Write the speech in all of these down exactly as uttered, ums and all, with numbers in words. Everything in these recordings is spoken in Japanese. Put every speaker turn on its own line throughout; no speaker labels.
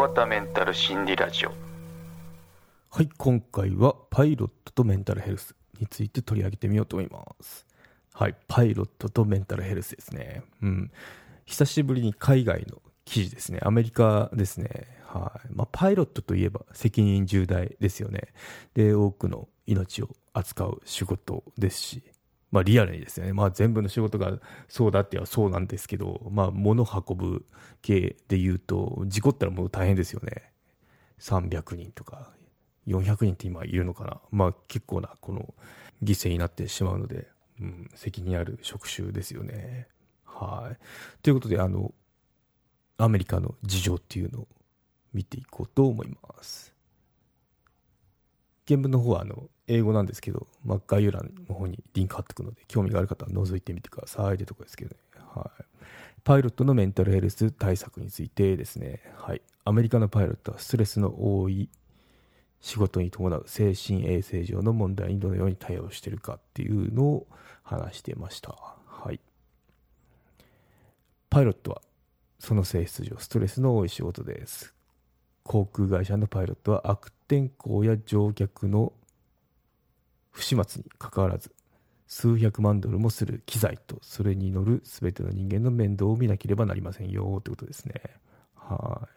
川田メンタル心理ラジオ。
はい、今回はパイロットとメンタルヘルスについて取り上げてみようと思います。はい、パイロットとメンタルヘルスですね。うん、久しぶりに海外の記事ですね。アメリカですね。はい、まあ、パイロットといえば責任重大ですよね。で、多くの命を扱う仕事ですし、まあ、リアルにですよね。まあ、全部の仕事がそうだって言えばそうなんですけど、まあ、物運ぶ系で言うと、事故ったらもう大変ですよね。さんびゃくにんとかよんひゃくにんって今いるのかな。まあ、結構なこの犠牲になってしまうので、うん、責任ある職種ですよね。はい。ということで、あの、アメリカの事情っていうのを見ていこうと思います。原文の方はあの英語なんですけど、まあ、概要欄の方にリンク貼っておくので、興味がある方は覗いてみてくださいというところですけどね。はい。パイロットのメンタルヘルス対策についてですね。はい。アメリカのパイロットはストレスの多い仕事に伴う精神衛生上の問題にどのように対応しているかっていうのを話していました。はい。パイロットはその性質上ストレスの多い仕事です。航空会社のパイロットは悪天候や乗客の不始末にかかわらず数百万ドルもする機材とそれに乗る全ての人間の面倒を見なければなりませんよということですね。はい。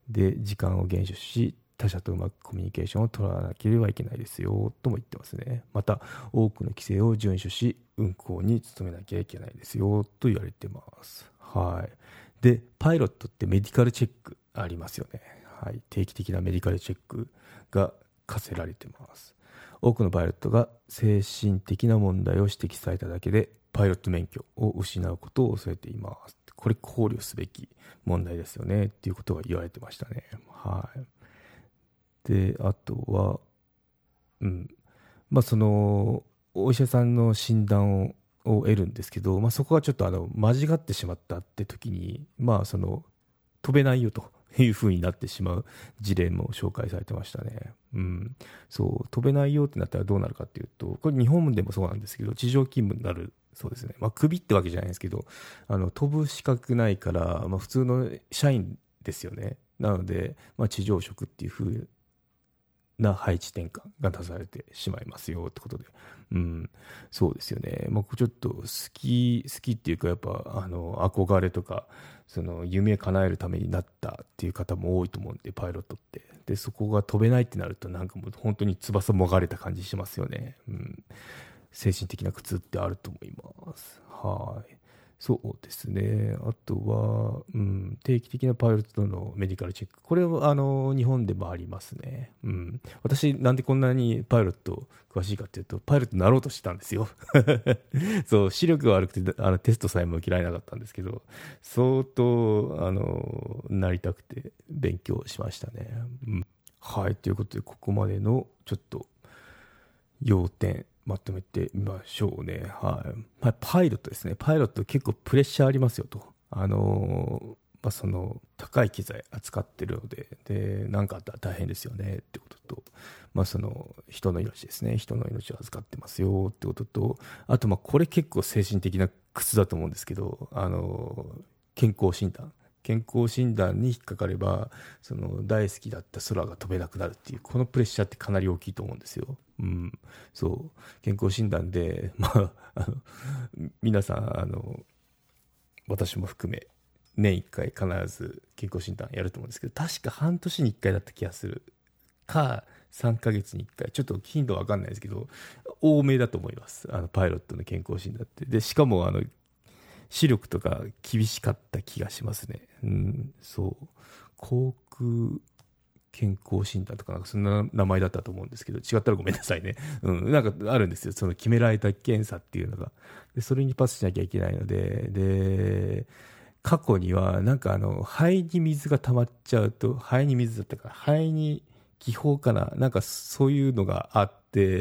で、時間を厳守し他者とうまくコミュニケーションを取らなければいけないですよとも言ってますね。また多くの規制を遵守し運航に努めなきゃいけないですよと言われてます。はい。で、パイロットってメディカルチェックありますよね。はい。定期的なメディカルチェックが課せられてます。多くのパイロットが精神的な問題を指摘されただけでパイロット免許を失うことを恐れています。これ考慮すべき問題ですよねっていうことが言われてましたね。はい。で、あとは、うん、まあそのお医者さんの診断をを得るんですけど、まあ、そこがちょっとあの間違ってしまったって時に、まあその飛べないよという風になってしまう事例も紹介されてましたね。うん、そう飛べないよってなったらどうなるかっていうと、これ日本でもそうなんですけど、地上勤務になるそうですね。まあ首ってわけじゃないんですけど、あの飛ぶ資格ないから、まあ、普通の社員ですよね。なので、まあ、地上職っていう風な配置転換が出されてしまいますよってことで、うん、そうですよね。僕ちょっと好き好きっていうか、やっぱあの憧れとかその夢叶えるためになったっていう方も多いと思うんで、パイロットってでそこが飛べないってなるとなんかもう本当に翼もがれた感じしますよね。うん、精神的な苦痛ってあると思います。はい。そうですね。あとは、うん、定期的なパイロットのメディカルチェック。これは、あの、日本でもありますね。うん。私、なんでこんなにパイロット詳しいかっていうと、パイロットになろうとしてたんですよ。そう、視力が悪くて、あの、テストさえも受けられなかったんですけど、相当、あの、なりたくて勉強しましたね。うん。はい。ということで、ここまでの、ちょっと、要点、まとめてみましょうね。はい。まあ、パイロットですね。パイロット結構プレッシャーありますよと。あのーまあ、その高い機材扱ってるので、で、なんかあったら大変ですよねってことと、まあ、その人の命ですね。人の命を預かってますよってことと、あと、まあ、これ結構精神的な苦痛だと思うんですけど、あのー健康診断。健康診断に引っかかればその大好きだった空が飛べなくなるっていうこのプレッシャーってかなり大きいと思うんですよ。うん、そう健康診断で、まあ、あの皆さんあの私も含め年いっかい必ず健康診断やると思うんですけど、確か半年にいっかいだった気がするかさんかげつにいっかい、ちょっと頻度わかんないですけど多めだと思います、あのパイロットの健康診断って。でしかもあの視力とか厳しかった気がしますね。うん、そう航空健康診断とかなんかそんな名前だったと思うんですけど、違ったらごめんなさいね。うん、なんかあるんですよ。その決められた検査っていうのが。で、それにパスしなきゃいけないので、で、過去にはなんかあの肺に水が溜まっちゃうと、肺に水だったから肺に気泡かな、なんかそういうのがあって、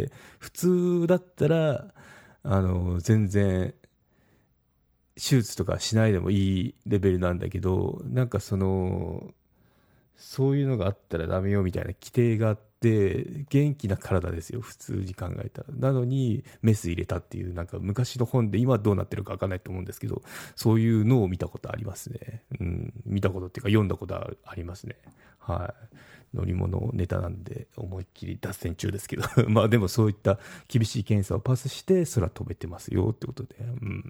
普通だったらあの全然手術とかしないでもいいレベルなんだけど、なんかそのそういうのがあったらダメよみたいな規定があっって元気な体ですよ、普通に考えたら。なのにメス入れたっていう、なんか昔の本で、今どうなってるか分かんないと思うんですけど、そういうのを見たことありますね。うん、見たことっていうか読んだことありますね。はい。乗り物ネタなんで思いっきり脱線中ですけどまあでもそういった厳しい検査をパスして空飛べてますよってことで、うん、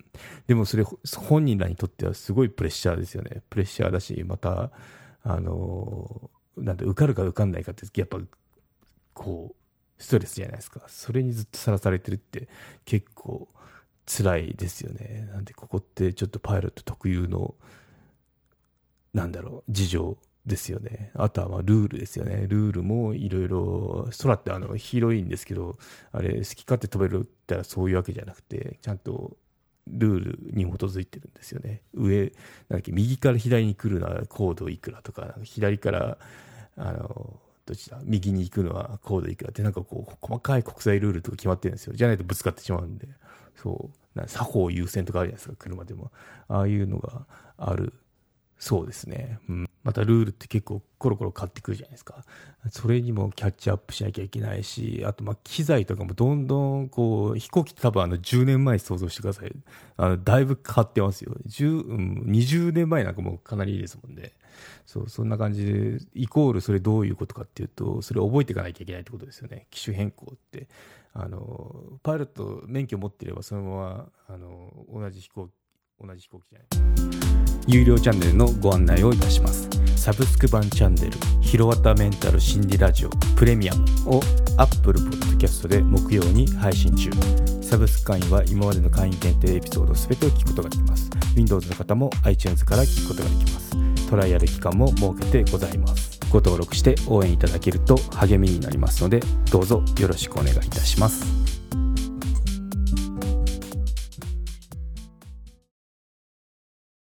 でもそれ本人らにとってはすごいプレッシャーですよね。プレッシャーだし、またあのなんで受かるか受かんないかってやっぱこうストレスじゃないですか。それにずっとさらされてるって結構辛いですよね。なんでここってちょっとパイロット特有のなんだろう事情ですよね。あとはまあルールですよね。ルールもいろいろ、空ってあの広いんですけど、あれ好き勝手飛べるって言ったらそういうわけじゃなくて、ちゃんとルールに基づいてるんですよね。上、なんだっけ、右から左に来るのは高度いくらとか、なんか左からあのどっちだ右に行くのは高度いくらって、なんかこう細かい国際ルールとか決まってるんですよ。じゃないとぶつかってしまうんで、そうな作法優先とかあるじゃないですか、車でも。ああいうのがある。そうですね、うん、またルールって結構コロコロ変わってくるじゃないですか。それにもキャッチアップしなきゃいけないし、あとまあ機材とかもどんどんこう飛行機って多分あのじゅうねんまえ想像してください。あのだいぶ変わってますよ。じゅう、うん、にじゅうねんまえなんかもうかなりいいですもんね。そうそんな感じでイコールそれどういうことかっていうと、それを覚えていかなきゃいけないってことですよね。機種変更ってあのパイロット免許持ってればそのままあの同じ飛行機同じ飛行機じゃない有料チャンネルのご案内をいたします。サブスク版チャンネルひろわたメンタル心理ラジオプレミアムを Apple Podcast で木曜に配信中。サブスク会員は今までの会員限定エピソードすべてを聞くことができます。 Windows の方も iTunes から聞くことができます。トライアル期間も設けてございます。ご登録して応援いただけると励みになりますので、どうぞよろしくお願いいたします。